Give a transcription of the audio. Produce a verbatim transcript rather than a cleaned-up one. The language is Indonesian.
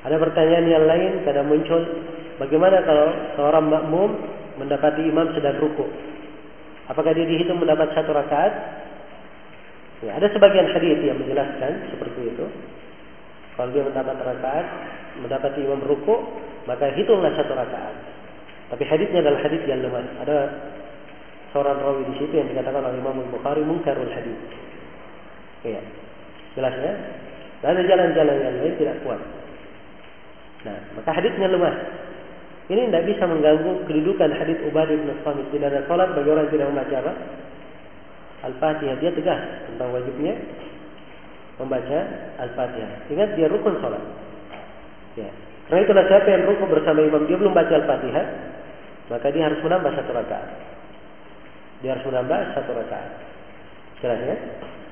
Ada pertanyaan yang lain kadang muncul, bagaimana kalau seorang makmum mendapati imam sedang ruku? Apakah dia dihitung mendapat satu rakaat? Ya, ada sebagian hadis yang menjelaskan seperti itu. Kalau dia mendapat rakaat, mendapati imam ruku, maka hitunglah satu rakaat. Tapi hadisnya adalah hadis yang lemah. Ada seorang rawi di situ yang dikatakan oleh Imam Bukhari munkarul hadis. Ya, jelas ya. Dan ada jalan-jalan yang lain tidak kuat. Nah, maka hadisnya lemah. Ini tidak bisa mengganggu kedudukan hadis Ubadah bin Samit. Tidak ada salat bagi orang yang tidak membaca apa? Al-Fatihah. Dia tegas tentang wajibnya membaca Al-Fatihah. Ingat dia rukun salat. Ya. Karena itulah siapa yang rukun bersama imam dia belum baca Al-Fatihah, maka dia harus menambah satu rakaat. Dia harus menambah satu rakaat. Jelas ya?